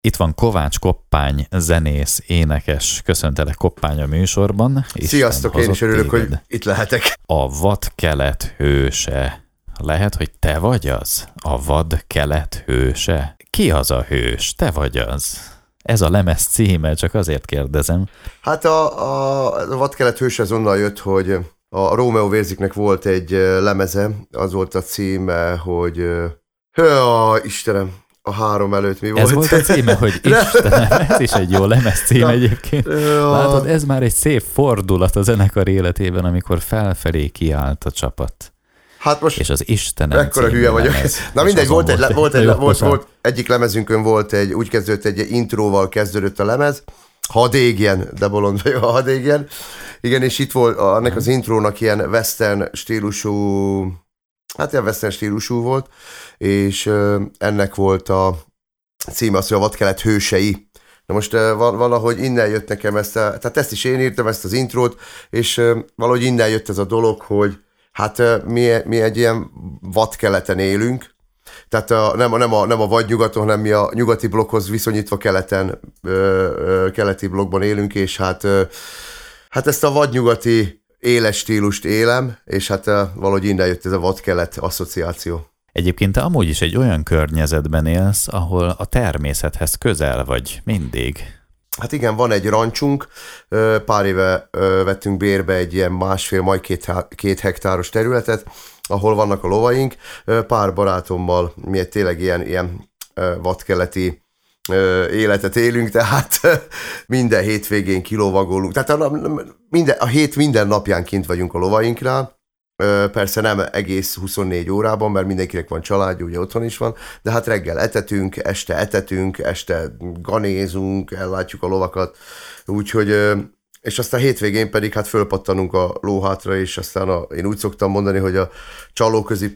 Itt van Kovács Koppány, zenész, énekes. Köszöntelek, Koppány, a műsorban. Sziasztok, én is örülök, hogy itt lehetek. A Vad-kelet hőse. Lehet, hogy te vagy az? A Vad-kelet hőse? Ki az a hős? Te vagy az? Ez a lemez címe, csak azért kérdezem. Hát a Vad-kelet hőse az onnan jött, hogy a Rómeó Vérziknek volt egy lemeze, az volt a címe, hogy Istenem, a három előtt mi volt? Ez volt a címe, hogy Istenem, ez is egy jó lemez cím egyébként. Látod, ez már egy szép fordulat a zenekar életében, amikor felfelé kiállt a csapat. Hát most és az Istenem ekkora hülye vagyok. Na mindegy, volt egyik lemezünkön volt úgy kezdődött, egy intróval kezdődött a lemez, hadd égjen, de bolond vagyok, hadd égjen. Igen, és itt volt annak az intrónak ilyen western stílusú, hát ilyen western stílusú volt, és ennek volt a címe az, hogy a Vad-kelet hősei. Na most valahogy innen jött nekem tehát ezt is én írtam, ezt az intrót, és valahogy innen jött ez a dolog, hogy hát mi egy ilyen vadkeleten élünk, tehát nem a vadnyugaton, hanem mi a nyugati blokkhoz viszonyítva keleti blokkban élünk, és hát ezt a vadnyugati éles stílust élem, és hát valahogy innen jött ez a vadkelet asszociáció. Egyébként te amúgy is egy olyan környezetben élsz, ahol a természethez közel vagy mindig. Hát igen, van egy rancsunk, pár éve vettünk bérbe egy ilyen másfél, majd két hektáros területet, ahol vannak a lovaink. Pár barátommal mi egy tényleg ilyen vadkeleti életet élünk, tehát minden hétvégén kilovagolunk. Tehát a hét minden napján kint vagyunk a lovainknál. Persze nem egész 24 órában, mert mindenkinek van családja, ugye otthon is van, de hát reggel etetünk, este ganézunk, ellátjuk a lovakat, úgyhogy, és aztán hétvégén pedig hát fölpattanunk a lóhátra, és aztán én úgy szoktam mondani, hogy a csalóközi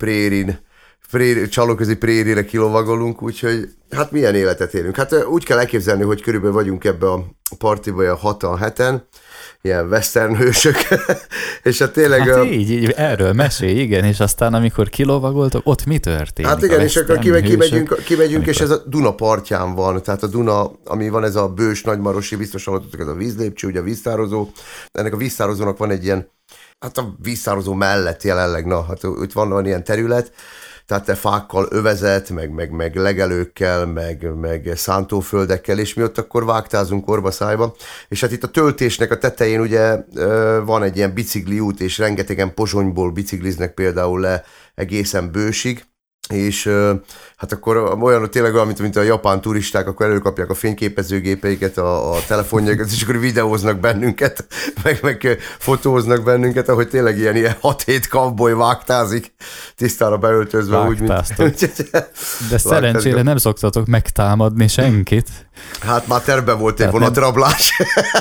prérire kilovagolunk, úgyhogy hát milyen életet élünk. Hát úgy kell elképzelni, hogy körülbelül vagyunk ebbe a partiba olyan 6-7-en, ilyen western hősök, és hát tényleg... Hát így, erről mesélj, igen, és aztán amikor kilovagoltok, ott mi történik? Hát igen, és akkor kimegyünk és ez a Duna partján van, tehát a Duna, ami van ez a Bős Nagymarosi, biztos hallottatok, ez a vízlépcső, ugye a víztározó, ennek a víztározónak van egy ilyen, hát a víztározó mellett jelenleg, hát itt van ilyen terület, tehát te fákkal övezet, meg legelőkkel, meg szántóföldekkel, és mi ott akkor vágtázunk orba-szájba, és hát itt a töltésnek a tetején ugye van egy ilyen bicikliút, és rengetegen Pozsonyból bicikliznek például le egészen Bősig, és hát akkor olyan tényleg olyan, mint a japán turisták, akkor előkapják a fényképezőgépeiket, a telefonjaikat, és akkor videóznak bennünket, meg fotóznak bennünket, ahogy tényleg ilyen 6-7 cowboy vágtázik, tisztára beöltözve. Úgy, mint... De szerencsére nem szoktatok megtámadni senkit. Hát már tervben volt egy vonatrablás.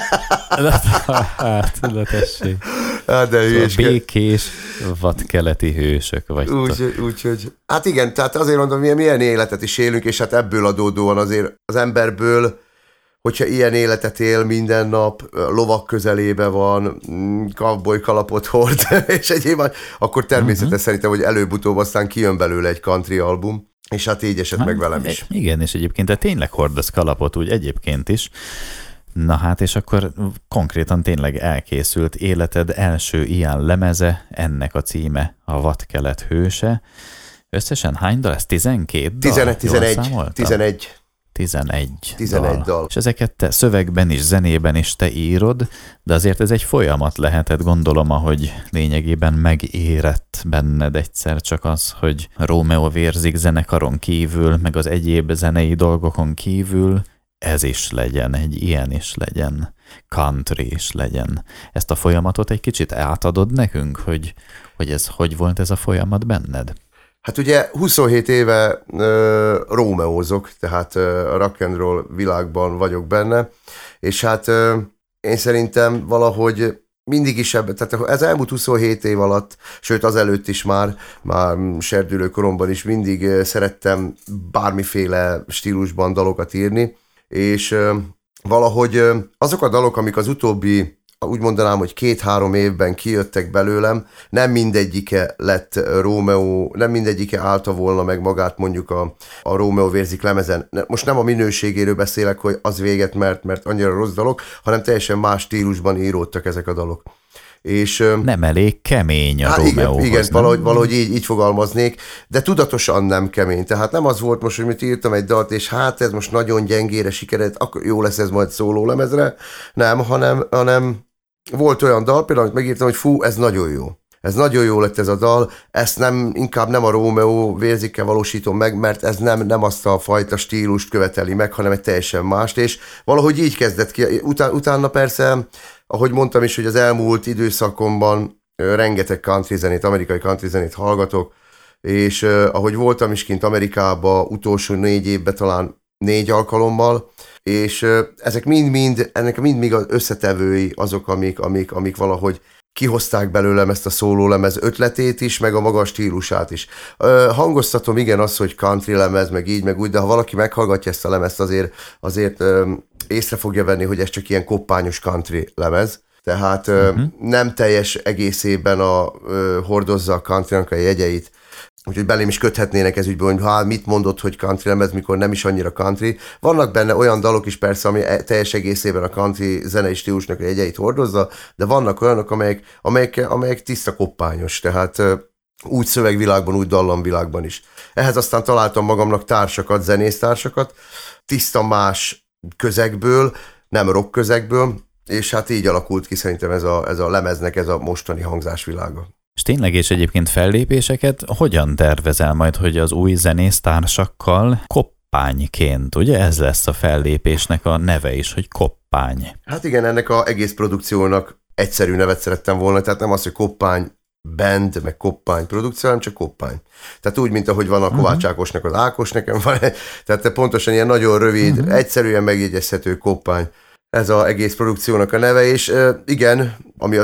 Hát, tessék. Hát de békés, vadkeleti hősök vagytok. Úgyhogy, hát igen, tehát azért mondom, milyen életet is élünk, és hát ebből adódóan azért az emberből, hogyha ilyen életet él minden nap, lovak közelébe van, cowboy kalapot hord, és egyébként, akkor természetes szerintem, hogy előbb-utóbb aztán kijön belőle egy country album, és hát így esett meg velem is. Igen, és egyébként te tényleg hordasz kalapot úgy egyébként is. Na hát, és akkor konkrétan tényleg elkészült életed első ilyen lemeze, ennek a címe a Vad-kelet hőse. Összesen hány dal? Ez 12 dal? 11 dal. És ezeket te szövegben is, zenében is te írod, de azért ez egy folyamat lehetett, gondolom, ahogy lényegében megérett benned egyszer csak az, hogy Rómeó Vérzik zenekaron kívül, meg az egyéb zenei dolgokon kívül ez is legyen, egy ilyen is legyen, country is legyen. Ezt a folyamatot egy kicsit átadod nekünk, hogy ez hogy volt ez a folyamat benned? Hát ugye 27 éve rómeózok, tehát a rock and roll világban vagyok benne, és hát én szerintem valahogy mindig is tehát ez elmúlt 27 év alatt, sőt azelőtt is már serdülő koromban is mindig szerettem bármiféle stílusban dalokat írni, és valahogy azok a dalok, amik az úgy mondanám, hogy 2-3 évben kijöttek belőlem, nem mindegyike lett Rómeó, nem mindegyike állta volna meg magát mondjuk a Rómeó vérzik lemezen. Most nem a minőségéről beszélek, hogy az véget, mert annyira rossz dalok, hanem teljesen más stílusban íródtak ezek a dalok. És, nem elég kemény a Rómeóhoz. Igen, valahogy így fogalmaznék, de tudatosan nem kemény. Tehát nem az volt most, hogy mit írtam egy dalt, és hát ez most nagyon gyengére sikered, akkor jó lesz ez majd szólólemezre. Nem, hanem volt olyan dal, például, amit megírtam, hogy fú, ez nagyon jó. Ez nagyon jó lett ez a dal, ezt inkább nem a Rómeó vérzikkel valósítom meg, mert ez nem azt a fajta stílust követeli meg, hanem egy teljesen mást, és valahogy így kezdett ki. Utána persze, ahogy mondtam is, hogy az elmúlt időszakomban rengeteg country zenét, amerikai country zenét hallgatok, és ahogy voltam is kint Amerikában utolsó 4 évben talán 4 alkalommal, és ezek ennek mind az összetevői azok, amik valahogy kihozták belőlem ezt a szólólemez ötletét is, meg a maga stílusát is. Hangoztatom igen azt, hogy country lemez, meg így, meg úgy, de ha valaki meghallgatja ezt a lemezt, azért észre fogja venni, hogy ez csak ilyen koppányos country lemez. Tehát nem teljes egészében hordozza a countrynak a jegyeit. Úgyhogy belém is köthetnének ez ügyben, hogy mit mondod, hogy country lemez, mikor nem is annyira country. Vannak benne olyan dalok is persze, ami teljes egészében a country zenei stílusnak a jegyeit hordozza, de vannak olyanok, amelyek tiszta koppányos, tehát úgy szövegvilágban, úgy dallamvilágban is. Ehhez aztán találtam magamnak társakat, zenésztársakat, tiszta más közegből, nem rock közegből, és hát így alakult ki szerintem ez a lemeznek ez a mostani hangzásvilága. És tényleg, és egyébként fellépéseket hogyan tervezel majd, hogy az új zenésztársakkal koppányként, ugye ez lesz a fellépésnek a neve is, hogy koppány. Hát igen, ennek az egész produkciónak egyszerű nevet szerettem volna, tehát nem az, hogy koppány band, meg koppány produkció, hanem csak koppány. Tehát úgy, mint ahogy van a Kovács Ákosnak az Ákos, nekem van, tehát pontosan ilyen nagyon rövid, egyszerűen megjegyezhető koppány. Ez az egész produkciónak a neve, és igen, ami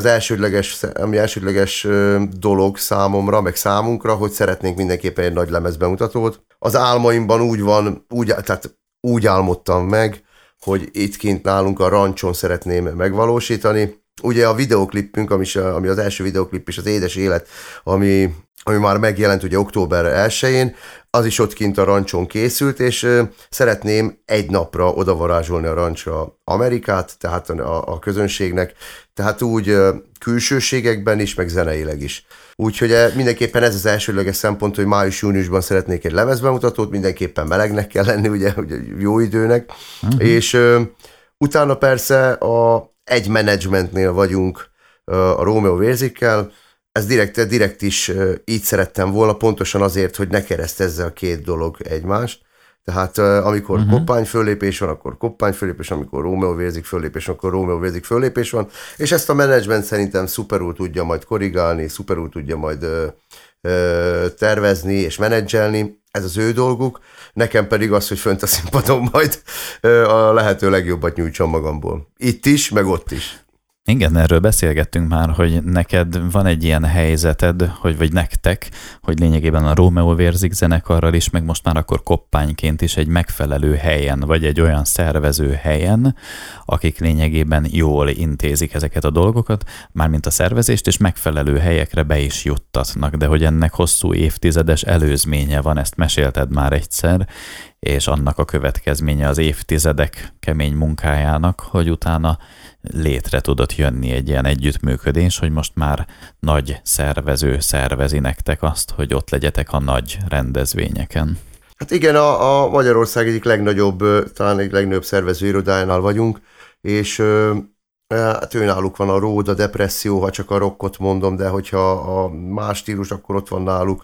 elsődleges dolog számomra, meg számunkra, hogy szeretnénk mindenképpen egy nagy lemezbemutatót. Az álmaimban úgy álmodtam meg, hogy itt kint nálunk a Rancson szeretném megvalósítani. Ugye a videoklipünk, ami az első videoklip is, az Édes Élet, ami már megjelent ugye október 1-én, az is ott kint a Rancson készült, és szeretném egy napra odavarázsolni a rancsra Amerikát, tehát a közönségnek, tehát úgy külsőségekben is, meg zeneileg is. Úgyhogy mindenképpen ez az elsődleges szempont, hogy május-júniusban szeretnék egy lemezbemutatót, mindenképpen melegnek kell lenni, ugye jó időnek, és utána persze egy menedzsmentnél vagyunk a Rómeó vérzikkel, ez direkt is így szerettem volna, pontosan azért, hogy ne keresztezze a két dolog egymást. Tehát amikor koppány föllépés van, akkor koppány föllépés, amikor Rómeó vérzik föllépés, akkor Rómeó vérzik föllépés van, és ezt a menedzsment szerintem szuperul tudja majd korrigálni, szuperul tudja majd tervezni és menedzselni, ez az ő dolguk, nekem pedig az, hogy fönt a színpadon majd a lehető legjobbat nyújtsam magamból. Itt is, meg ott is. Igen, erről beszélgettünk már, hogy neked van egy ilyen helyzeted, vagy nektek, hogy lényegében a Rómeó vérzik zenekarral is, meg most már akkor koppányként is egy megfelelő helyen, vagy egy olyan szervező helyen, akik lényegében jól intézik ezeket a dolgokat, mármint a szervezést, és megfelelő helyekre be is juttatnak, de hogy ennek hosszú évtizedes előzménye van, ezt mesélted már egyszer, és annak a következménye az évtizedek kemény munkájának, hogy utána létre tudott jönni egy ilyen együttműködés, hogy most már nagy szervező szervezi nektek azt, hogy ott legyetek a nagy rendezvényeken. Hát igen, a Magyarország egyik legnagyobb, talán egy legnagyobb szervező irodájánál vagyunk, és hát őnáluk van a Ród, a Depresszió, ha csak a rockot mondom, de hogyha a más stílus, akkor ott van náluk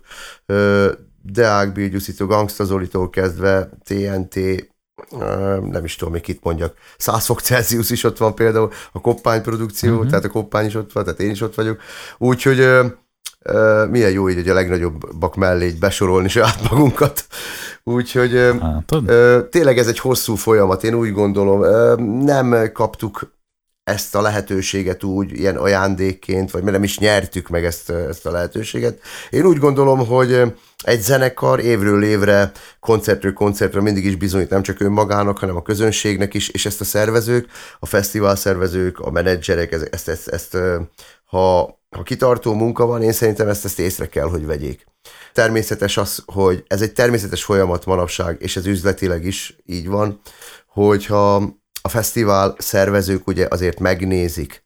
Deák Bilgyuszitól, Gangsta Zolitól kezdve, TNT, nem is tudom, még kit mondjak, 100 fok Celsius is ott van például, a koppány produkció, tehát a koppány is ott van, tehát én is ott vagyok. Úgyhogy milyen jó így, hogy a legnagyobbak mellé így besorolni saját magunkat. Úgyhogy tényleg ez egy hosszú folyamat, én úgy gondolom, nem kaptuk ezt a lehetőséget úgy, ilyen ajándékként, vagy nem is nyertük meg ezt a lehetőséget. Én úgy gondolom, hogy egy zenekar évről évre, koncertről koncertre mindig is bizonyít nem csak önmagának, hanem a közönségnek is, és ezt a szervezők, a fesztivál szervezők, a menedzserek, ezt ha kitartó munka van, én szerintem ezt észre kell, hogy vegyék. Természetes az, hogy ez egy természetes folyamat manapság, és ez üzletileg is így van, a fesztivál szervezők ugye azért megnézik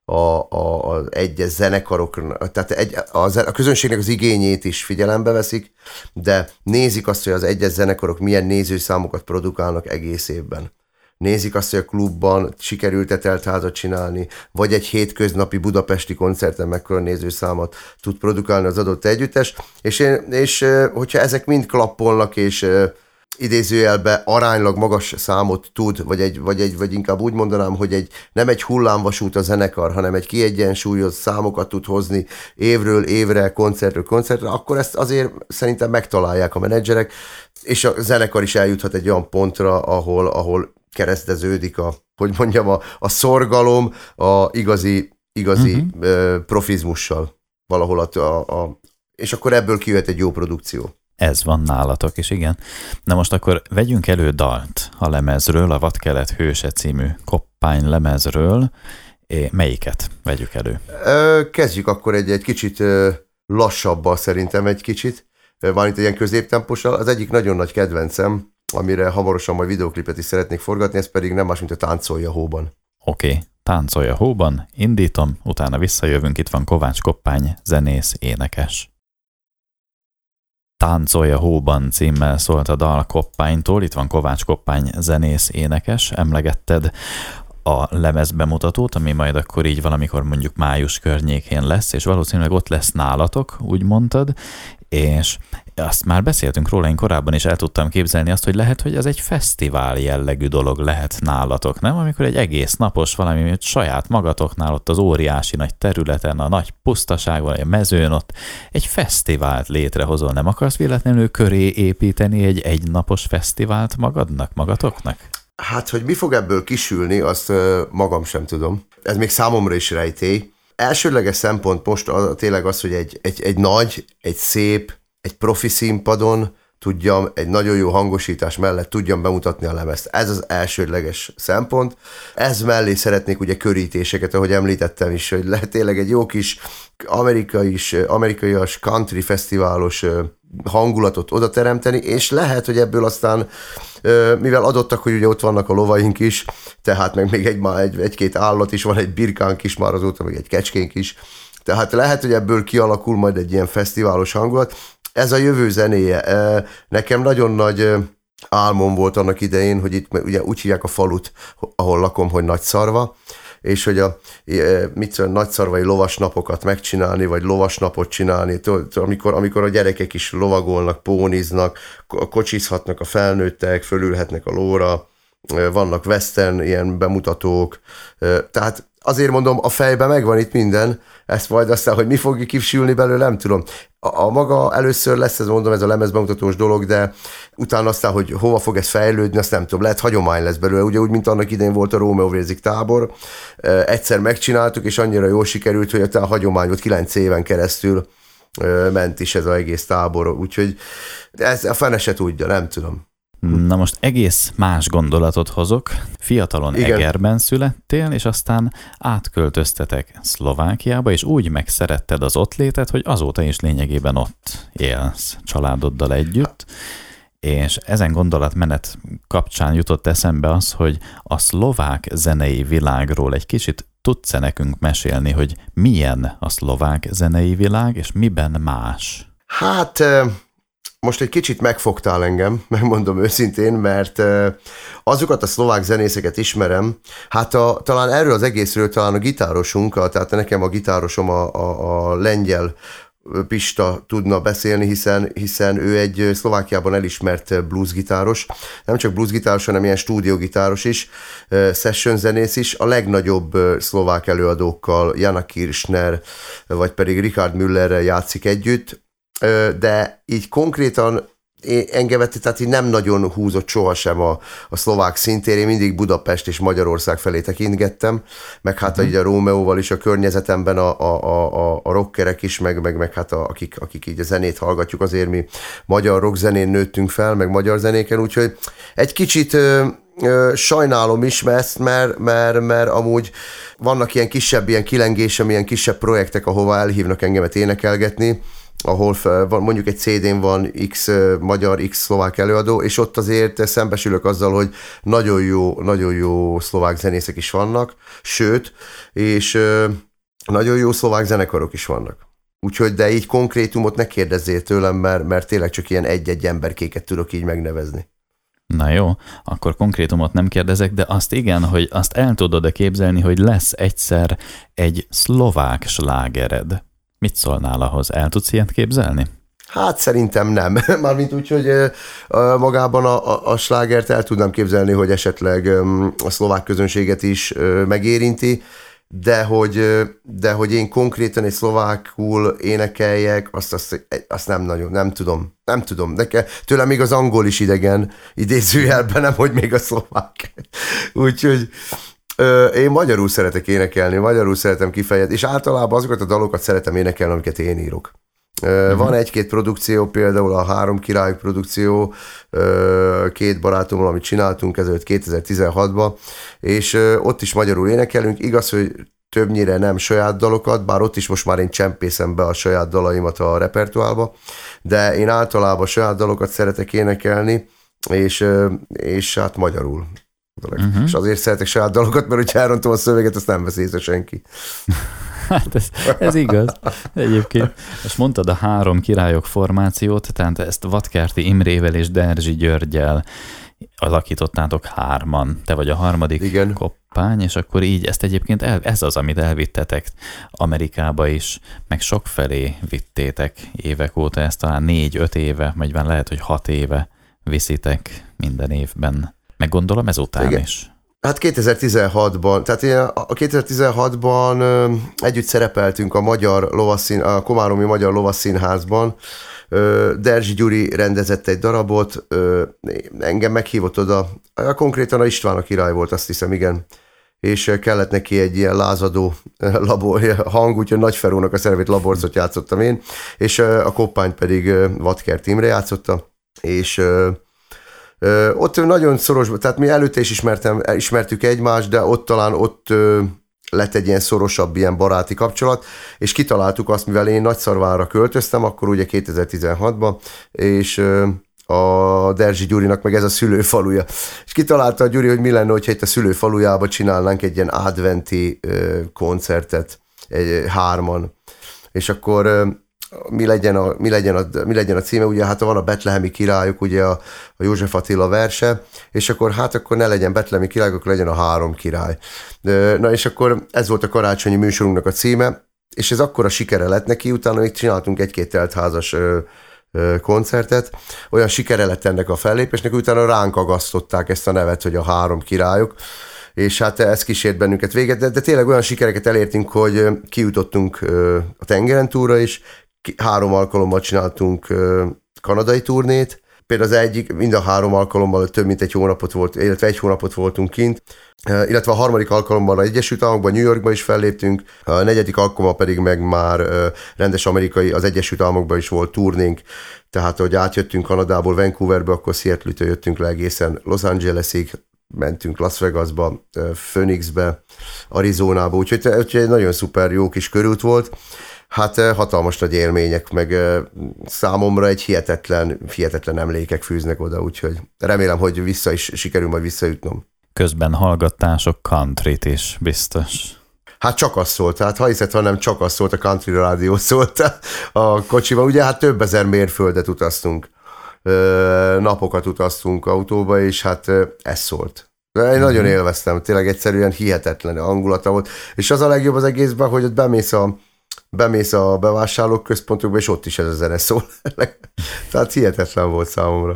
az egyes zenekarok, tehát a közönségnek az igényét is figyelembe veszik, de nézik azt, hogy az egyes zenekarok milyen nézőszámokat produkálnak egész évben. Nézik azt, hogy a klubban sikerült-e teltházat csinálni, vagy egy hétköznapi budapesti koncerten mekkora nézőszámot tud produkálni az adott együttes, és hogyha ezek mind klappolnak, és idézőjelbe aránylag magas számot tud, vagy inkább úgy mondanám, hogy nem egy hullámvasút a zenekar, hanem egy kiegyensúlyozott számokat tud hozni évről évre, koncertről koncertre, akkor ezt azért szerintem megtalálják a menedzserek, és a zenekar is eljuthat egy olyan pontra, ahol kereszteződik a szorgalom a igazi profizmussal valahol, és akkor ebből kijöhet egy jó produkció. Ez van nálatok is, igen. Na most akkor vegyünk elő dalt a lemezről, a Vadkelet hőse című koppány lemezről. Melyiket vegyük elő? Kezdjük akkor egy kicsit lassabbal szerintem egy kicsit. Van itt egy ilyen középtempossal. Az egyik nagyon nagy kedvencem, amire hamarosan majd videóklipet is szeretnék forgatni, ez pedig nem más, mint a Táncolj a hóban. Oké, Táncolj a hóban, indítom, utána visszajövünk, itt van Kovács Koppány, zenész, énekes. Táncolj a hóban címmel szólt a dal Koppánytól, itt van Kovács Koppány, zenész, énekes, emlegetted a lemezbemutatót, ami majd akkor így valamikor mondjuk május környékén lesz, és valószínűleg ott lesz nálatok, úgy mondtad, és azt már beszéltünk róla, én korábban is el tudtam képzelni azt, hogy lehet, hogy ez egy fesztivál jellegű dolog lehet nálatok, nem? Amikor egy egész napos valami saját magatoknál ott az óriási nagy területen, a nagy pusztaságban, a mezőn ott egy fesztivált létrehozol, nem akarsz véletlenül köré építeni egy egynapos fesztivált magatoknak? Hát, hogy mi fog ebből kisülni, azt magam sem tudom. Ez még számomra is rejtély. Elsődleges szempont most tényleg az, hogy egy nagy, egy szép, egy profi színpadon tudjam, egy nagyon jó hangosítás mellett tudjam bemutatni a lemezt. Ez az elsődleges szempont. Ez mellé szeretnék körítéseket, ahogy említettem is, hogy lehet tényleg egy jó kis amerikaias country fesztiválos hangulatot oda teremteni, és lehet, hogy ebből aztán, mivel adottak, hogy ugye ott vannak a lovaink is, tehát meg még egy-két állat is van, egy birkánk is már azóta, meg egy kecskénk is, tehát lehet, hogy ebből kialakul majd egy ilyen fesztiválos hangulat. Ez a jövő zenéje. Nekem nagyon nagy álmom volt annak idején, hogy itt ugye úgy hívják a falut, ahol lakom, hogy Nagyszarva, és hogy nagyszarvai lovasnapokat megcsinálni, vagy lovasnapot csinálni, amikor a gyerekek is lovagolnak, póniznak, kocsizhatnak a felnőttek, fölülhetnek a lóra, vannak western ilyen bemutatók, tehát azért mondom, a fejben megvan itt minden, ezt majd aztán, hogy mi fog kisülni belőle, nem tudom. A maga először lesz, ez a lemezbemutatós dolog, de utána aztán, hogy hova fog ez fejlődni, azt nem tudom, lehet hagyomány lesz belőle, ugye úgy, mint annak idején volt a Rómeó vérzik tábor, egyszer megcsináltuk, és annyira jól sikerült, hogy a hagyomány volt 9 éven keresztül ment is ez az egész tábor, úgyhogy ez a fene se tudja, nem tudom. Na most egész más gondolatot hozok. Fiatalon igen. Egerben születtél, és aztán átköltöztetek Szlovákiába, és úgy megszeretted az ott létet, hogy azóta is lényegében ott élsz családoddal együtt. És ezen gondolatmenet kapcsán jutott eszembe az, hogy a szlovák zenei világról egy kicsit tudsz-e nekünk mesélni, hogy milyen a szlovák zenei világ, és miben más? Hát... Most egy kicsit megfogtál engem, megmondom őszintén, mert azokat a szlovák zenészeket ismerem, hát talán erről az egészről talán a gitárosunk, tehát nekem a gitárosom a lengyel Pista tudna beszélni, hiszen ő egy Szlovákiában elismert bluesgitáros, nem csak bluesgitáros, hanem ilyen stúdiógitáros is, session zenész is, a legnagyobb szlovák előadókkal, Jana Kirchner, vagy pedig Richard Müllerrel játszik együtt, de így konkrétan engemet, tehát így nem nagyon húzott sohasem a szlovák szintér, én mindig Budapest és Magyarország felé tekintgettem, meg hát így a Rómeóval is a környezetemben a rockerek is, meg hát akik így a zenét hallgatjuk, azért mi magyar rockzenén nőttünk fel, meg magyar zenéken, úgyhogy egy kicsit sajnálom is ezt, mert amúgy vannak ilyen kisebb, ilyen kilengésem, ilyen kisebb projektek, ahova elhívnak engemet énekelgetni, ahol mondjuk egy CD-n van X magyar, X szlovák előadó, és ott azért szembesülök azzal, hogy nagyon jó szlovák zenészek is vannak, sőt, és nagyon jó szlovák zenekarok is vannak. Úgyhogy, de így konkrétumot ne kérdezzél tőlem, mert tényleg csak ilyen egy-egy emberkéket tudok így megnevezni. Na jó, akkor konkrétumot nem kérdezek, de azt igen, hogy azt el tudod-e képzelni, hogy lesz egyszer egy szlovák slágered. Mit szólnál ahhoz? El tudsz ilyet képzelni? Hát szerintem nem. Mármint úgy, hogy magában a slágert el tudnám képzelni, hogy esetleg a szlovák közönséget is megérinti, de hogy én konkrétan egy szlovákul énekeljek, azt nem tudom. Tőlem még az angol is idegen, idézőjelben, nem, hogy még a szlovák. Úgyhogy én magyarul szeretek énekelni, magyarul szeretem kifejezni, és általában azokat a dalokat szeretem énekelni, amiket én írok. Van egy-két produkció, például a 3 királyok produkció, 2 barátommal, amit csináltunk ezelőtt 2016-ban, és ott is magyarul énekelünk. Igaz, hogy többnyire nem saját dalokat, bár ott is most már én csempészem be a saját dalaimat a repertoárba, de én általában saját dalokat szeretek énekelni, és hát magyarul. És azért szeretek saját dalokat, mert hogyha elrontom a szöveget, azt nem vesz észre senki. Hát ez igaz. Egyébként most mondtad a 3 királyok formációt, tehát ezt Vatkerti Imrével és Derzsi Györggyel alakítottátok 3-an. Te vagy a harmadik Igen. koppány, és akkor így ezt egyébként ez az, amit elvittetek Amerikába is, meg sokfelé vittétek évek óta, ezt talán 4-5 éve, vagy már lehet, hogy 6 éve viszitek minden évben. Meg gondolom ezután Igen. is. Hát 2016-ban, tehát a 2016-ban együtt szerepeltünk a Komáromi Magyar Lovasszínházban. Derzsi Gyuri rendezett egy darabot, engem meghívott oda, konkrétan a István a király volt, azt hiszem, igen. És kellett neki egy ilyen lázadó hang, úgyhogy Nagy Ferónak a szerepét Laborcot játszottam én, és a koppányt pedig Vatkert Imre játszotta, és ott nagyon szoros, tehát mi előtte is ismertük egymást, de ott lett egy ilyen szorosabb, ilyen baráti kapcsolat, és kitaláltuk azt, mivel én Nagyszarvárra költöztem, akkor ugye 2016-ban, és a Derzsi Gyurinak meg ez a szülőfaluja. És kitalálta a Gyuri, hogy mi lenne, hogyha itt a szülőfalujába csinálnánk egy ilyen adventi koncertet, 3-an. És akkor mi legyen a címe, ugye hát van a Betlehemi királyok, ugye a József Attila verse, és akkor ne legyen Betlehemi királyok, akkor legyen a 3 király. Na és akkor ez volt a karácsonyi műsorunknak a címe, és ez akkora sikere lett neki, utána még csináltunk 1-2 teltházas koncertet, olyan sikere lett ennek a fellépésnek, utána ránk agasztották ezt a nevet, hogy a 3 királyok, és hát ez kísért bennünket véget, de tényleg olyan sikereket elértünk, hogy kijutottunk a tengeren túlra is, 3 alkalommal csináltunk kanadai turnét, például mind a 3 alkalommal több mint 1 hónapot volt, illetve 1 hónapot voltunk kint, illetve a 3. alkalommal az Egyesült Államokban, New Yorkban is felléptünk, a 4. alkalommal pedig meg már rendes amerikai, az Egyesült Államokban is volt turnénk, tehát hogy átjöttünk Kanadából Vancouverbe, akkor Seattle-től jöttünk le egészen Los Angelesig, mentünk Las Vegasba, Phoenixbe, Arizonába, úgyhogy nagyon szuper jó kis körút volt. Hát hatalmas nagy élmények, meg számomra egy hihetetlen emlékek fűznek oda, úgyhogy remélem, hogy sikerül majd visszajutnom. Közben hallgatások countryt is, biztos. Hát csak az szólt, hát ha hiszed, hanem csak az szólt, a country rádió szólt a kocsiban. Ugye hát több ezer mérföldet utaztunk, napokat utaztunk autóba, és hát ez szólt. Én nagyon élveztem, tényleg egyszerűen hihetetlen hangulata volt. És az a legjobb az egészben, hogy ott bemész a bevásárlók központokba, és ott is ez a zene szól. Tehát hihetetlen volt számomra.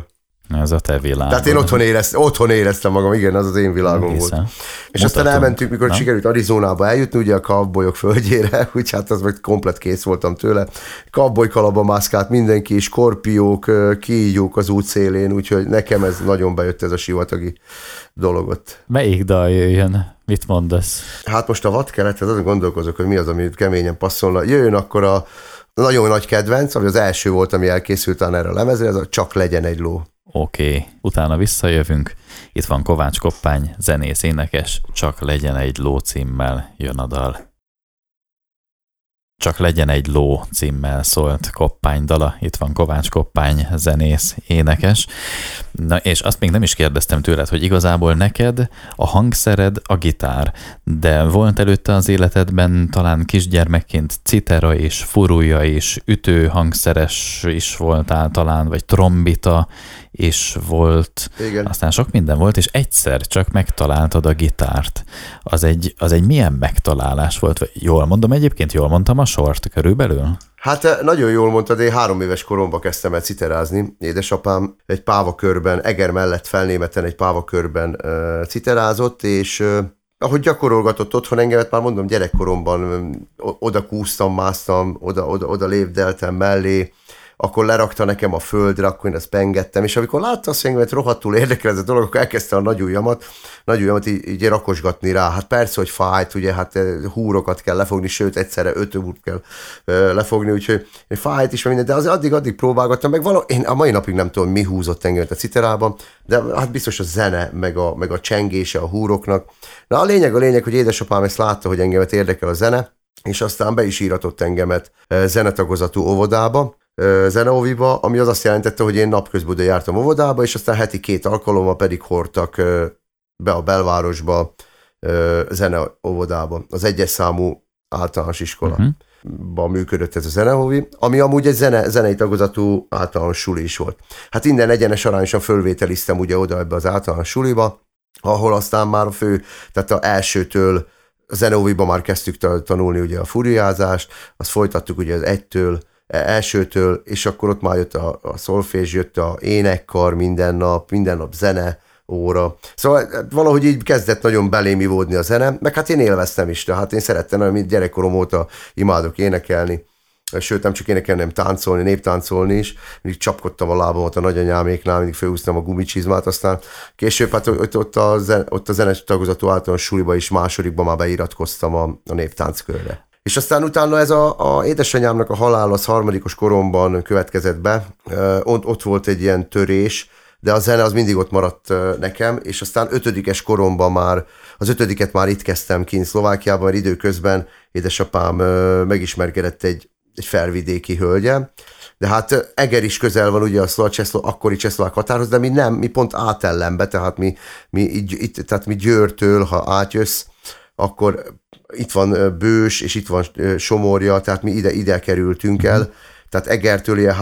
Ez a te világod. Tehát én otthon éreztem magam, igen, az én világom volt. És aztán elmentünk, mikor sikerült Arizonába eljutni, ugye a cowboyok földjére, úgy hát az meg komplet kész voltam tőle. Cowboy kalapba mászkált mindenki, skorpiók, kígyók az útszélén, úgyhogy nekem ez nagyon bejött ez a sivatagi dologot. Melyik dal jöjjön? Mit mondasz? Hát most a vadkelethez azon gondolkozok, hogy mi az, ami keményen passzolna. Jöjjön akkor a nagyon nagy kedvenc, ami az első volt, ami elkészült erre a lemezre, ez a Csak legyen egy ló. Oké, utána visszajövünk. Itt van Kovács Koppány, zenész, énekes, Csak legyen egy ló címmel jön a dal. Csak legyen egy ló címmel szólt Koppány dala. Itt van Kovács Koppány, zenész, énekes. Na, és azt még nem is kérdeztem tőled, hogy igazából neked a hangszered a gitár, de volt előtte az életedben talán kisgyermekként citera és furúja és ütő hangszeres is voltál talán, vagy trombita is volt. Igen. Aztán sok minden volt, és egyszer csak megtaláltad a gitárt. Az egy milyen megtalálás volt? Jól mondom egyébként? Jól mondtam a sort körülbelül? Hát nagyon jól mondtad, én 3 éves koromban kezdtem el citerázni. Édesapám egy pávakörben, Eger mellett Felnémeten egy pávakörben citerázott, és ahogy gyakorolgatott otthon engemet, már mondom, gyerekkoromban oda kúsztam, másztam, oda lépdeltem mellé, akkor lerakta nekem a földre, akkor én ezt pengettem, és amikor látta azt, hogy engemet rohadtul érdekel ez a dolog, akkor elkezdte a nagyujjamat így rakosgatni rá. Hát persze, hogy fájt, ugye, hát húrokat kell lefogni, sőt, egyszerre 5 húrt kell lefogni, úgyhogy fájt is, minden, de az addig próbálgattam, meg én a mai napig nem tudom, mi húzott engemet a citerában, de hát biztos a zene, meg a csengése a húroknak. Na a lényeg, hogy édesapám ezt látta, hogy engemet érdekel a zene, és aztán be is íratott engemet zenetagozatú óvodába, zeneóviba, ami az azt jelentette, hogy én napközben oda jártam óvodába, és aztán heti 2 alkalommal pedig hordtak be a belvárosba zeneóvodába. Az 1-es számú általános iskola. Működött ez a zeneóvi, ami amúgy egy zenei tagozatú általános suli is volt. Hát innen egyenes arányosan fölvételiztem ugye oda ebbe az általános suliba, ahol aztán már tehát a elsőtől a zeneóviba már kezdtük tanulni ugye a furiázást, azt folytattuk ugye az elsőtől, és akkor ott már jött a szolfés, jött a énekkar minden nap zene óra. Szóval valahogy így kezdett nagyon belém ivódni a zene, meg hát én élveztem is, tehát én szerettem, amit gyerekkorom óta imádok énekelni. Sőt, nem csak énekelni, nem táncolni, néptáncolni is. Mindig csapkodtam a lábamat a nagyanyáméknál, mindig felhúztam a gumicsizmát, aztán később hát ott a zenes tagozatú általános suliba is másodikban már beiratkoztam a néptánckörre. És aztán utána ez a édesanyámnak a halál az 3. koromban következett be, ott volt egy ilyen törés, de a zene az mindig ott maradt nekem, és aztán 5. koromban már, az 5. már itt kezdtem kint Szlovákiában, mert időközben édesapám megismerkedett egy felvidéki hölgyel, de hát Eger is közel van ugye a akkori csehszlovák határhoz, de mi pont átellenbe, tehát mi Győrtől, ha átjössz, akkor itt van Bős, és itt van Somorja, tehát mi ide kerültünk el, tehát Egertől ilyen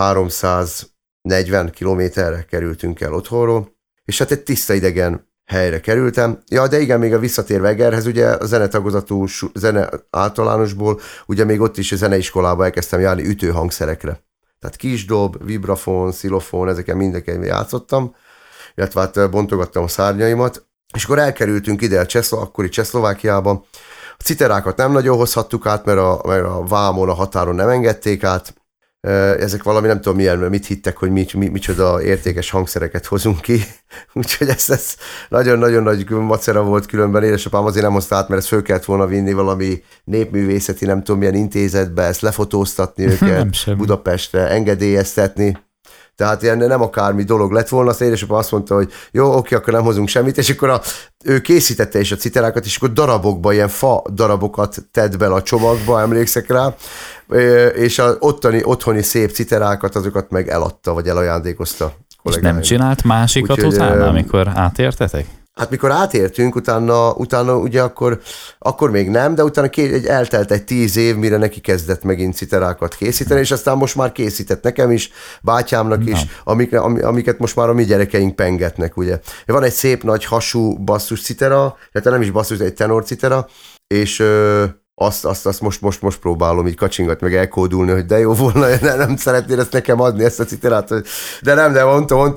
340 kilométerre kerültünk el otthonról, és hát egy tiszta idegen helyre kerültem. Ja, de igen, még a visszatérve Egerhez, ugye a zenetagozatú zene általánosból, ugye még ott is a zeneiskolába elkezdtem járni ütőhangszerekre. Tehát kisdob, vibrafon, xilofon, ezeken mindenken játszottam, illetve hát bontogattam a szárnyaimat, és akkor elkerültünk ide akkori Csehszlovákiába. A citerákat nem nagyon hozhattuk át, mert a vámon, a határon nem engedték át. Ezek valami, nem tudom mit hittek, hogy micsoda értékes hangszereket hozunk ki. Úgyhogy ez nagyon-nagyon nagy macera volt, különben édesapám azért nem hozta át, mert ezt föl kellett volna vinni valami népművészeti, nem tudom milyen intézetbe, ezt lefotóztatni őket Budapestre, engedélyeztetni. Tehát ilyen nem akármi dolog lett volna, az édesapám azt mondta, hogy jó, oké, akkor nem hozunk semmit, és akkor ő készítette is a citerákat, és akkor darabokba, ilyen fa darabokat tett bele a csomagba, emlékszek rá, és az otthoni szép citerákat, azokat meg eladta, vagy elajándékozta. És nem csinált másikat utána, amikor átértetek? Hát mikor átértünk, utána ugye akkor még nem, de utána eltelt egy 10 év, mire neki kezdett megint citerákat készíteni, és aztán most már készített nekem is, bátyámnak is, amiket most már a mi gyerekeink pengetnek, ugye. Van egy szép nagy hasú basszus citera, tehát nem is basszus, egy tenor citera, és azt most próbálom így kacsingat meg elkódulni, hogy de jó volna, nem szeretnél ezt nekem adni, ezt a citerát, de mondta,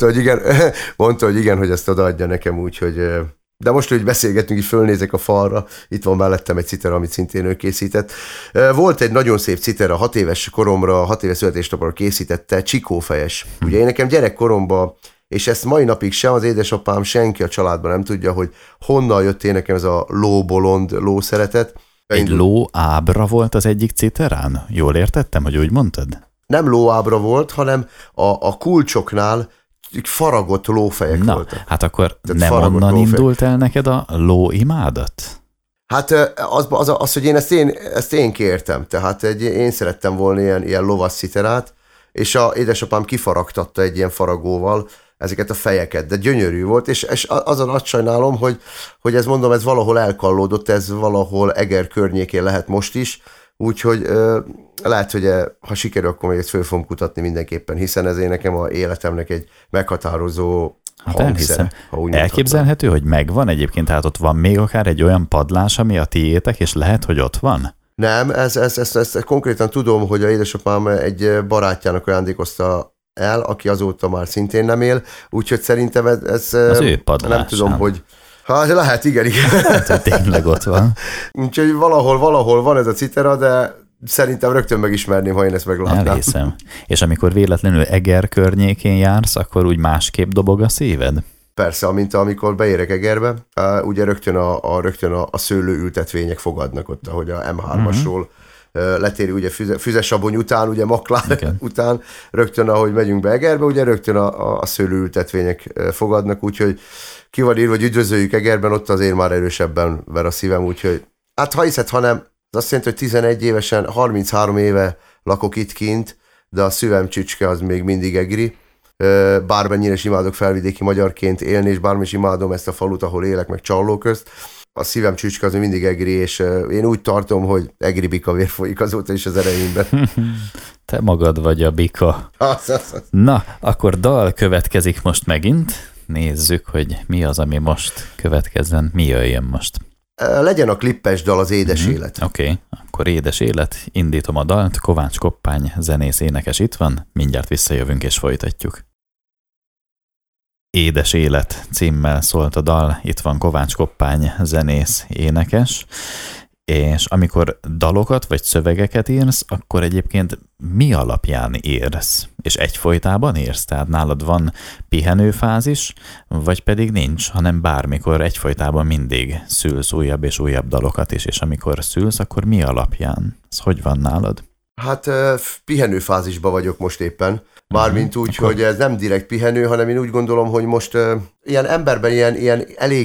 hogy igen, hogy ezt odaadja nekem, úgyhogy... De most, hogy beszélgetünk, így fölnézek a falra, itt van mellettem egy citera, amit szintén ő készített. Volt egy nagyon szép citera, 6 éves koromra, 6 éves születésnapra készítette, csikófejes. Ugye én nekem gyerekkoromban, és ezt mai napig sem az édesapám, senki a családban nem tudja, hogy honnan jött én nekem ez a lóbolond lószeretet. Egy ló ábra volt az egyik citerán? Jól értettem, hogy úgy mondtad? Nem lóábra volt, hanem a kulcsoknál faragott lófejek voltak. Hát akkor tehát nem onnan lófejek. Indult el neked a lóimádat? Hát az, hogy én ezt én kértem, tehát én szerettem volna ilyen lovas citerát, és a édesapám kifaragtatta egy ilyen faragóval ezeket a fejeket, de gyönyörű volt, és azon azt sajnálom, hogy ez mondom, ez valahol elkallódott, ez valahol Eger környékén lehet most is, úgyhogy lehet, hogy ha sikerül, akkor még ezt föl fogom kutatni mindenképpen, hiszen ez én nekem a életemnek egy meghatározó hangszere. Elképzelhető, hogy megvan egyébként, tehát ott van még akár egy olyan padlás, ami a tiétek, és lehet, hogy ott van? Nem, ezt konkrétan tudom, hogy a édesapám egy barátjának ajándékozta el, aki azóta már szintén nem él, úgyhogy szerintem ez az ő padlás, nem tudom, hogy lehet, igen. Lehet, hogy tényleg ott van. Úgyhogy valahol van ez a citera, de szerintem rögtön megismerném, ha én ezt meglátnám. Elhiszem. És amikor véletlenül Eger környékén jársz, akkor úgy másképp dobog a szíved? Persze, amikor beérek Egerbe, ugye rögtön a szőlőültetvények fogadnak ott, ahogy a M3-asról letéri ugye Füzesabony után, ugye Maklár után, rögtön ahogy megyünk be Egerbe, ugye rögtön a szőlőültetvények fogadnak, úgyhogy ki van írva, hogy üdvözöljük Egerben, ott azért már erősebben ver a szívem, úgyhogy hát ha hiszed, hanem az azt jelenti, hogy 11 évesen, 33 éve lakok itt kint, de a szívem csücske az még mindig egri. Bármennyire is imádok felvidéki magyarként élni, és bármi is imádom ezt a falut, ahol élek, meg Csalló közt, a szívem csücske az még mindig egri, és én úgy tartom, hogy egri bika vér folyik azóta is az ereimben. Te magad vagy a bika. Na, akkor dal következik most megint. Nézzük, hogy mi az, ami most következzen, mi jöjjön most. Legyen a klippes dal az Édes élet. Oké, akkor Édes élet, indítom a dalt, Kovács Koppány, zenész énekes itt van, mindjárt visszajövünk és folytatjuk. Édes élet címmel szólt a dal, itt van Kovács Koppány, zenész énekes, és amikor dalokat vagy szövegeket írsz, akkor egyébként mi alapján írsz? És egyfolytában írsz? Tehát nálad van pihenőfázis, vagy pedig nincs, hanem bármikor egyfolytában mindig szülsz újabb és újabb dalokat is, és amikor szülsz, akkor mi alapján? Ez hogy van nálad? Hát pihenőfázisban vagyok most éppen. Mármint úgy, akkor... hogy ez nem direkt pihenő, hanem én úgy gondolom, hogy most ilyen emberben ilyen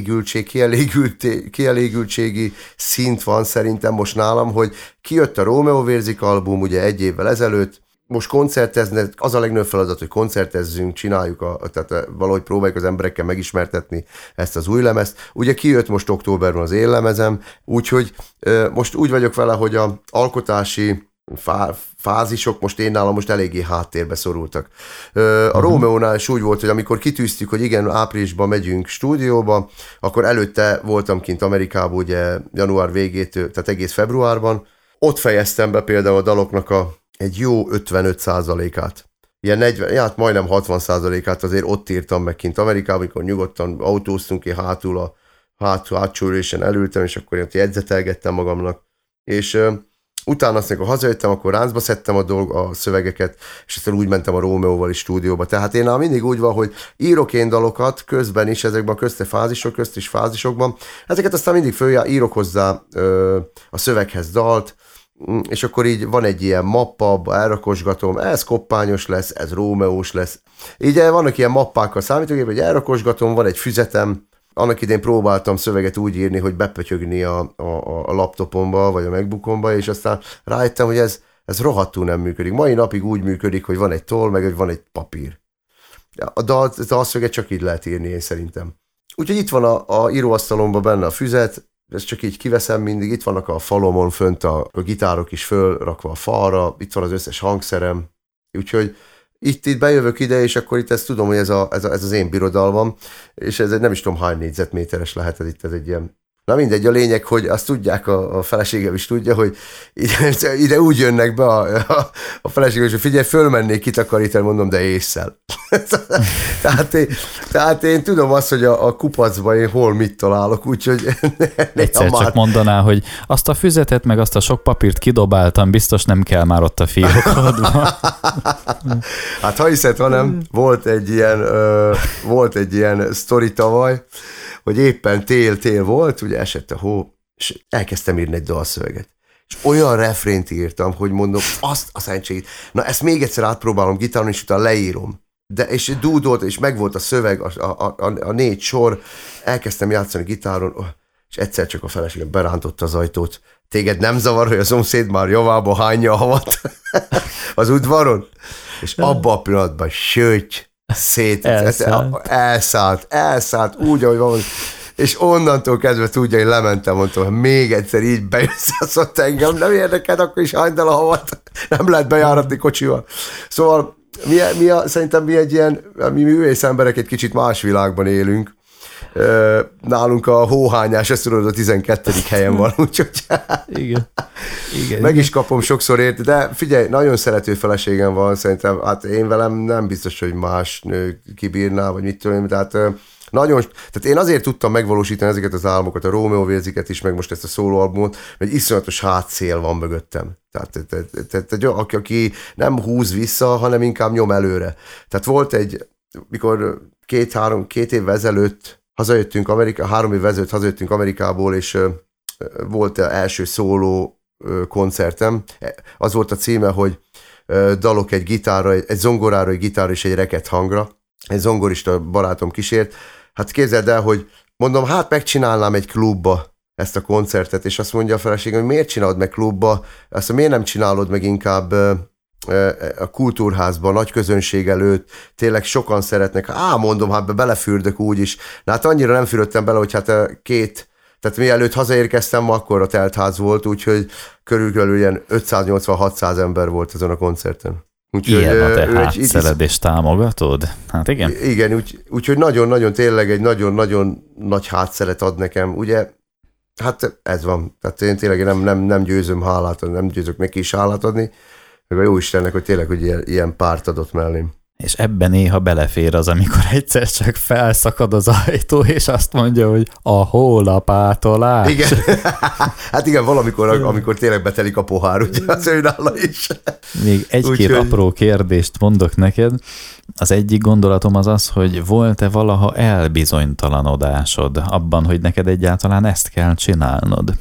kielégültségi szint van szerintem most nálam, hogy kijött a Rómeó vérzik album ugye 1 évvel ezelőtt, most koncerteznek, az a legnagyobb feladat, hogy koncertezzünk, csináljuk, tehát valahogy próbáljuk az emberekkel megismertetni ezt az új lemezt. Ugye kijött most októberben az én lemezem, úgyhogy most úgy vagyok vele, hogy a alkotási fázisok most én nálam most eléggé háttérbe szorultak. A Rómeónál is úgy volt, hogy amikor kitűztük, hogy igen, áprilisban megyünk stúdióba, akkor előtte voltam kint Amerikában, ugye január végétől, tehát egész februárban. Ott fejeztem be például a daloknak egy jó 55%-át. Ilyen 40, hát majdnem 60%-át azért ott írtam meg kint Amerikában, amikor nyugodtan autóztunk, én hátul a hátsó ülésen elültem, és akkor ott jegyzetelgettem magamnak. És utána azt, amikor hazajöttem, akkor ráncba szedtem a szövegeket, és aztán úgy mentem a Rómeóval is stúdióba. Tehát én mindig úgy van, hogy írok én dalokat közben is, ezekben a köztes fázisokban. Ezeket aztán mindig írok hozzá a szöveghez dalt, és akkor így van egy ilyen mappa, elrakosgatom, ez koppányos lesz, ez rómeós lesz. Így vannak ilyen mappákkal számítógép, hogy elrakosgatom, van egy füzetem. Annak idén próbáltam szöveget úgy írni, hogy bepötyögni a laptopomba, vagy a MacBookomba, és aztán rájöttem, hogy ez rohadtul nem működik. Mai napig úgy működik, hogy van egy toll, meg van egy papír. A dalszöveget csak így lehet írni, én szerintem. Úgyhogy itt van a íróasztalomban benne a füzet, ezt csak így kiveszem mindig, itt vannak a falomon fönt a gitárok is fölrakva a falra, itt van az összes hangszerem, úgyhogy itt bejövök ide, és akkor itt ezt tudom, hogy ez az én birodalmam, és ez nem is tudom hány négyzetméteres lehet, ez egy ilyen Na mindegy, a lényeg, hogy azt tudják, a feleségem is tudja, hogy ide úgy jönnek be a feleségem, hogy figyelj, fölmennék kitakarítani, mondom, de ésszel. tehát én tudom azt, hogy a kupacban én hol mit találok, úgyhogy... Egyszer csak mondaná, hogy azt a füzetet, meg azt a sok papírt kidobáltam, biztos nem kell már ott a fiókodban. Hát ha hiszed, hanem volt egy ilyen sztori tavaly, hogy éppen tél volt, ugye esett a hó, és elkezdtem írni egy dalszöveget. És olyan refrént írtam, hogy mondom, azt a szentségét. Na ezt még egyszer átpróbálom gitáron, és utána leírom. És dúdolt, és megvolt a szöveg, a 4 sor, elkezdtem játszani gitáron, és egyszer csak a feleségem berántotta az ajtót. Téged nem zavar, hogy a szomszéd már javába hányja a havat az udvaron? És abban a pillanatban elszállt úgy, ahogy van. És onnantól kezdve tudja, hogy lementem, mondtam, hogy még egyszer így bejössz, azt engem nem érdekel, akkor is hagyd el a havat, nem lehet bejáratni kocsival. Szóval szerintem mi művész emberek egy kicsit más világban élünk. Nálunk a hóhányás, ezt tudod, a 12. helyen van, úgyhogy igen. Meg is kapom sokszor érte, de figyelj, nagyon szerető feleségem van, szerintem, hát én velem nem biztos, hogy más nő kibírná, vagy mit tudom, tehát én azért tudtam megvalósítani ezeket az álmokat, a Rómeó vérziket is, meg most ezt a szólóalbumot, mert iszonyatos hátszél van mögöttem. Tehát aki nem húz vissza, hanem inkább nyom előre. Tehát volt mikor 2 évvel ezelőtt hazajöttünk 3 évvel ezelőtt hazajöttünk Amerikából, és volt első szóló koncertem. Az volt a címe, hogy dalok egy gitárra, egy zongorára, egy gitárra és egy reket hangra. Egy zongorista barátom kísért. Hát képzeld el, hogy mondom, hát megcsinálnám egy klubba ezt a koncertet, és azt mondja a feleségem, hogy miért csinálod meg klubba, azt mondja, miért nem csinálod meg inkább a kultúrházban, nagy közönség előtt, tényleg sokan szeretnek, mondom, hát belefürdök úgyis. Na hát annyira nem fürödtem bele, hogy hát tehát mielőtt hazaérkeztem, akkor a teltház volt, úgyhogy körülbelül ilyen 580-600 ember volt azon a koncerten. Ilyen a te hátszeled és támogatod? Hát igen. Igen, úgyhogy nagyon-nagyon tényleg egy nagyon-nagyon nagy hátszelet ad nekem, ugye, hát ez van. Tehát én tényleg nem győzöm hálát adni, nem győzök neki is hálát adni, meg a jó Istennek, hogy tényleg, hogy ilyen párt adott mellém. És ebben néha belefér az, amikor egyszer csak felszakad az ajtó, és azt mondja, hogy a hólapátolás. Igen. Hát igen, valamikor, amikor tényleg betelik a pohár, ugye az őnála is. Még egy-két apró kérdést mondok neked. Az egyik gondolatom az, hogy volt-e valaha elbizonytalanodásod abban, hogy neked egyáltalán ezt kell csinálnod?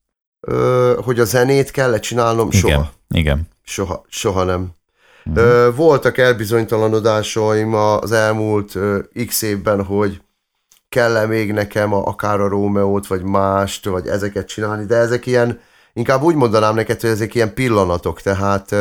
Hogy a zenét kell csinálnom? Soha. Igen. Soha nem. Voltak elbizonytalanodásaim az elmúlt x évben, hogy kell-e még nekem akár a Rómeót, vagy mást, vagy ezeket csinálni, de ezek ilyen, inkább úgy mondanám neked, hogy ezek ilyen pillanatok, tehát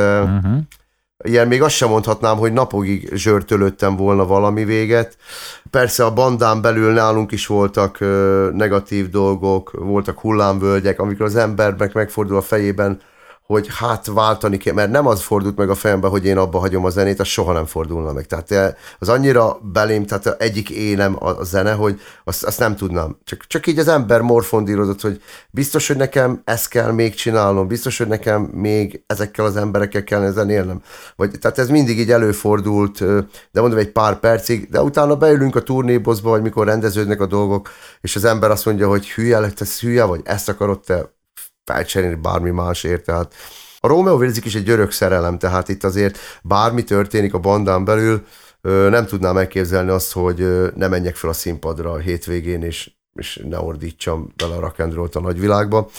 ilyen még azt sem mondhatnám, hogy napokig zsörtölöttem volna valami véget. Persze a bandán belül nálunk is voltak negatív dolgok, voltak hullámvölgyek, amikor az embernek megfordul a fejében, hogy hát váltani kell, mert nem az fordult meg a fejembe, hogy én abba hagyom a zenét, az soha nem fordulna meg. Tehát az annyira belém, tehát egyik énem a zene, hogy azt nem tudnám. Csak így az ember morfondírozott, hogy biztos, hogy nekem ezt kell még csinálnom, biztos, hogy nekem még ezekkel az emberekkel kellene zenélnem. Tehát ez mindig így előfordult, de mondom egy pár percig, de utána beülünk a turnébuszba, vagy mikor rendeződnek a dolgok, és az ember azt mondja, hogy hülye vagy, ezt akarod te felcserélni bármi másért, tehát a Rómeó vérzik is egy örök szerelem, tehát itt azért bármi történik a bandán belül, nem tudnám elképzelni azt, hogy ne menjek fel a színpadra a hétvégén, és ne ordítsam bele a rock and roll-t a nagyvilágba.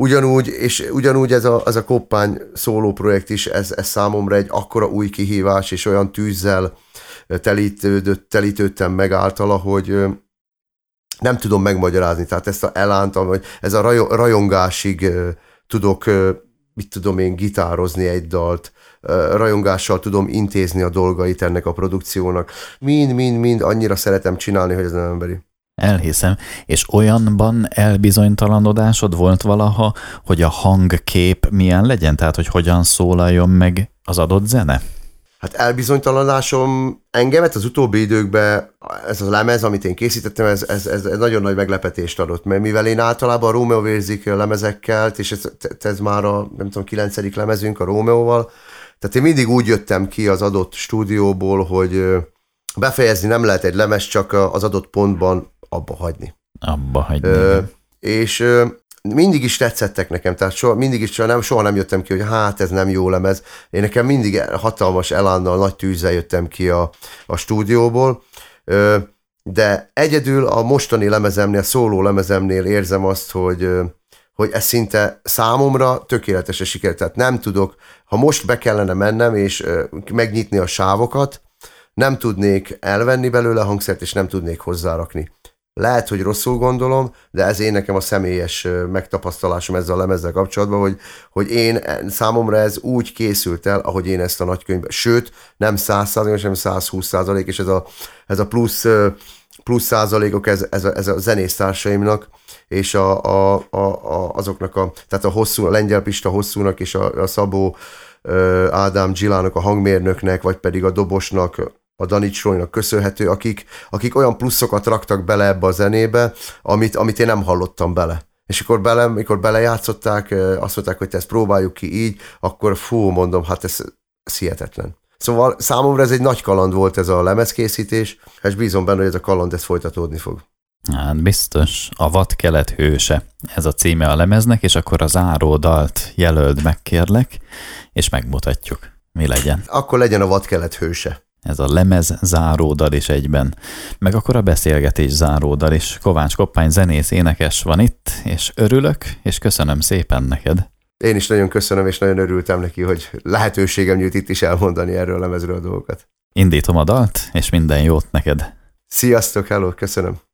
Ugyanúgy ez a Koppány szóló projekt is, ez számomra egy akkora új kihívás, és olyan tűzzel telítődtem meg általa, hogy nem tudom megmagyarázni, tehát ezt a elánt, hogy ez a rajongásig tudok, mit tudom én, gitározni egy dalt, rajongással tudom intézni a dolgait ennek a produkciónak. Mind annyira szeretem csinálni, hogy ez nem emberi. Elhiszem. És olyanban elbizonytalanodásod volt valaha, hogy a hangkép milyen legyen? Tehát, hogy hogyan szólaljon meg az adott zene? Hát elbizonytalanásom engemet az utóbbi időkben, ez a lemez, amit én készítettem, ez nagyon nagy meglepetést adott, mert mivel én általában a Rómeó vérzik lemezekkel, és ez már a, nem tudom, 9. lemezünk a Rómeóval, tehát én mindig úgy jöttem ki az adott stúdióból, hogy befejezni nem lehet egy lemez, csak az adott pontban abba hagyni. És mindig is tetszettek nekem, tehát soha nem jöttem ki, hogy hát ez nem jó lemez. Én nekem mindig hatalmas elánnal, nagy tűzzel jöttem ki a stúdióból, de egyedül a mostani lemezemnél, szóló lemezemnél érzem azt, hogy ez szinte számomra tökéletesen sikerült. Tehát nem tudok, ha most be kellene mennem és megnyitni a sávokat, nem tudnék elvenni belőle a hangszert, és nem tudnék hozzárakni. Lehet, hogy rosszul gondolom, de ez nekem a személyes megtapasztalásom ezzel a lemezzel kapcsolatban, hogy számomra ez úgy készült el, ahogy én ezt a nagykönyvben, sőt, nem 100%, hanem 120%, és ez a plusz százalékok, ez a zenésztársaimnak, és azoknak tehát a Lengyel Pista Hosszúnak, és a Szabó Ádám Gillának, a hangmérnöknek, vagy pedig a dobosnak, a Danics Roynak köszönhető, akik olyan pluszokat raktak bele ebbe a zenébe, amit én nem hallottam bele. És amikor belejátszották, azt mondták, hogy ezt próbáljuk ki így, akkor mondom, hát ez hihetetlen. Szóval számomra ez egy nagy kaland volt ez a lemezkészítés, és bízom benne, hogy ez a kaland ez folytatódni fog. Hát biztos. A Vadkelet hőse. Ez a címe a lemeznek, és akkor a záródalt jelöld meg, kérlek, és megmutatjuk, mi legyen. Akkor legyen a Vadkelet hőse. Ez a lemez záródal is egyben. Meg akkor a beszélgetés záródal is. Kovács Koppány zenész, énekes van itt, és örülök, és köszönöm szépen neked. Én is nagyon köszönöm, és nagyon örültem neki, hogy lehetőségem nyújt itt is elmondani erről a lemezről a dolgokat. Indítom a dalt, és minden jót neked. Sziasztok, hello, köszönöm.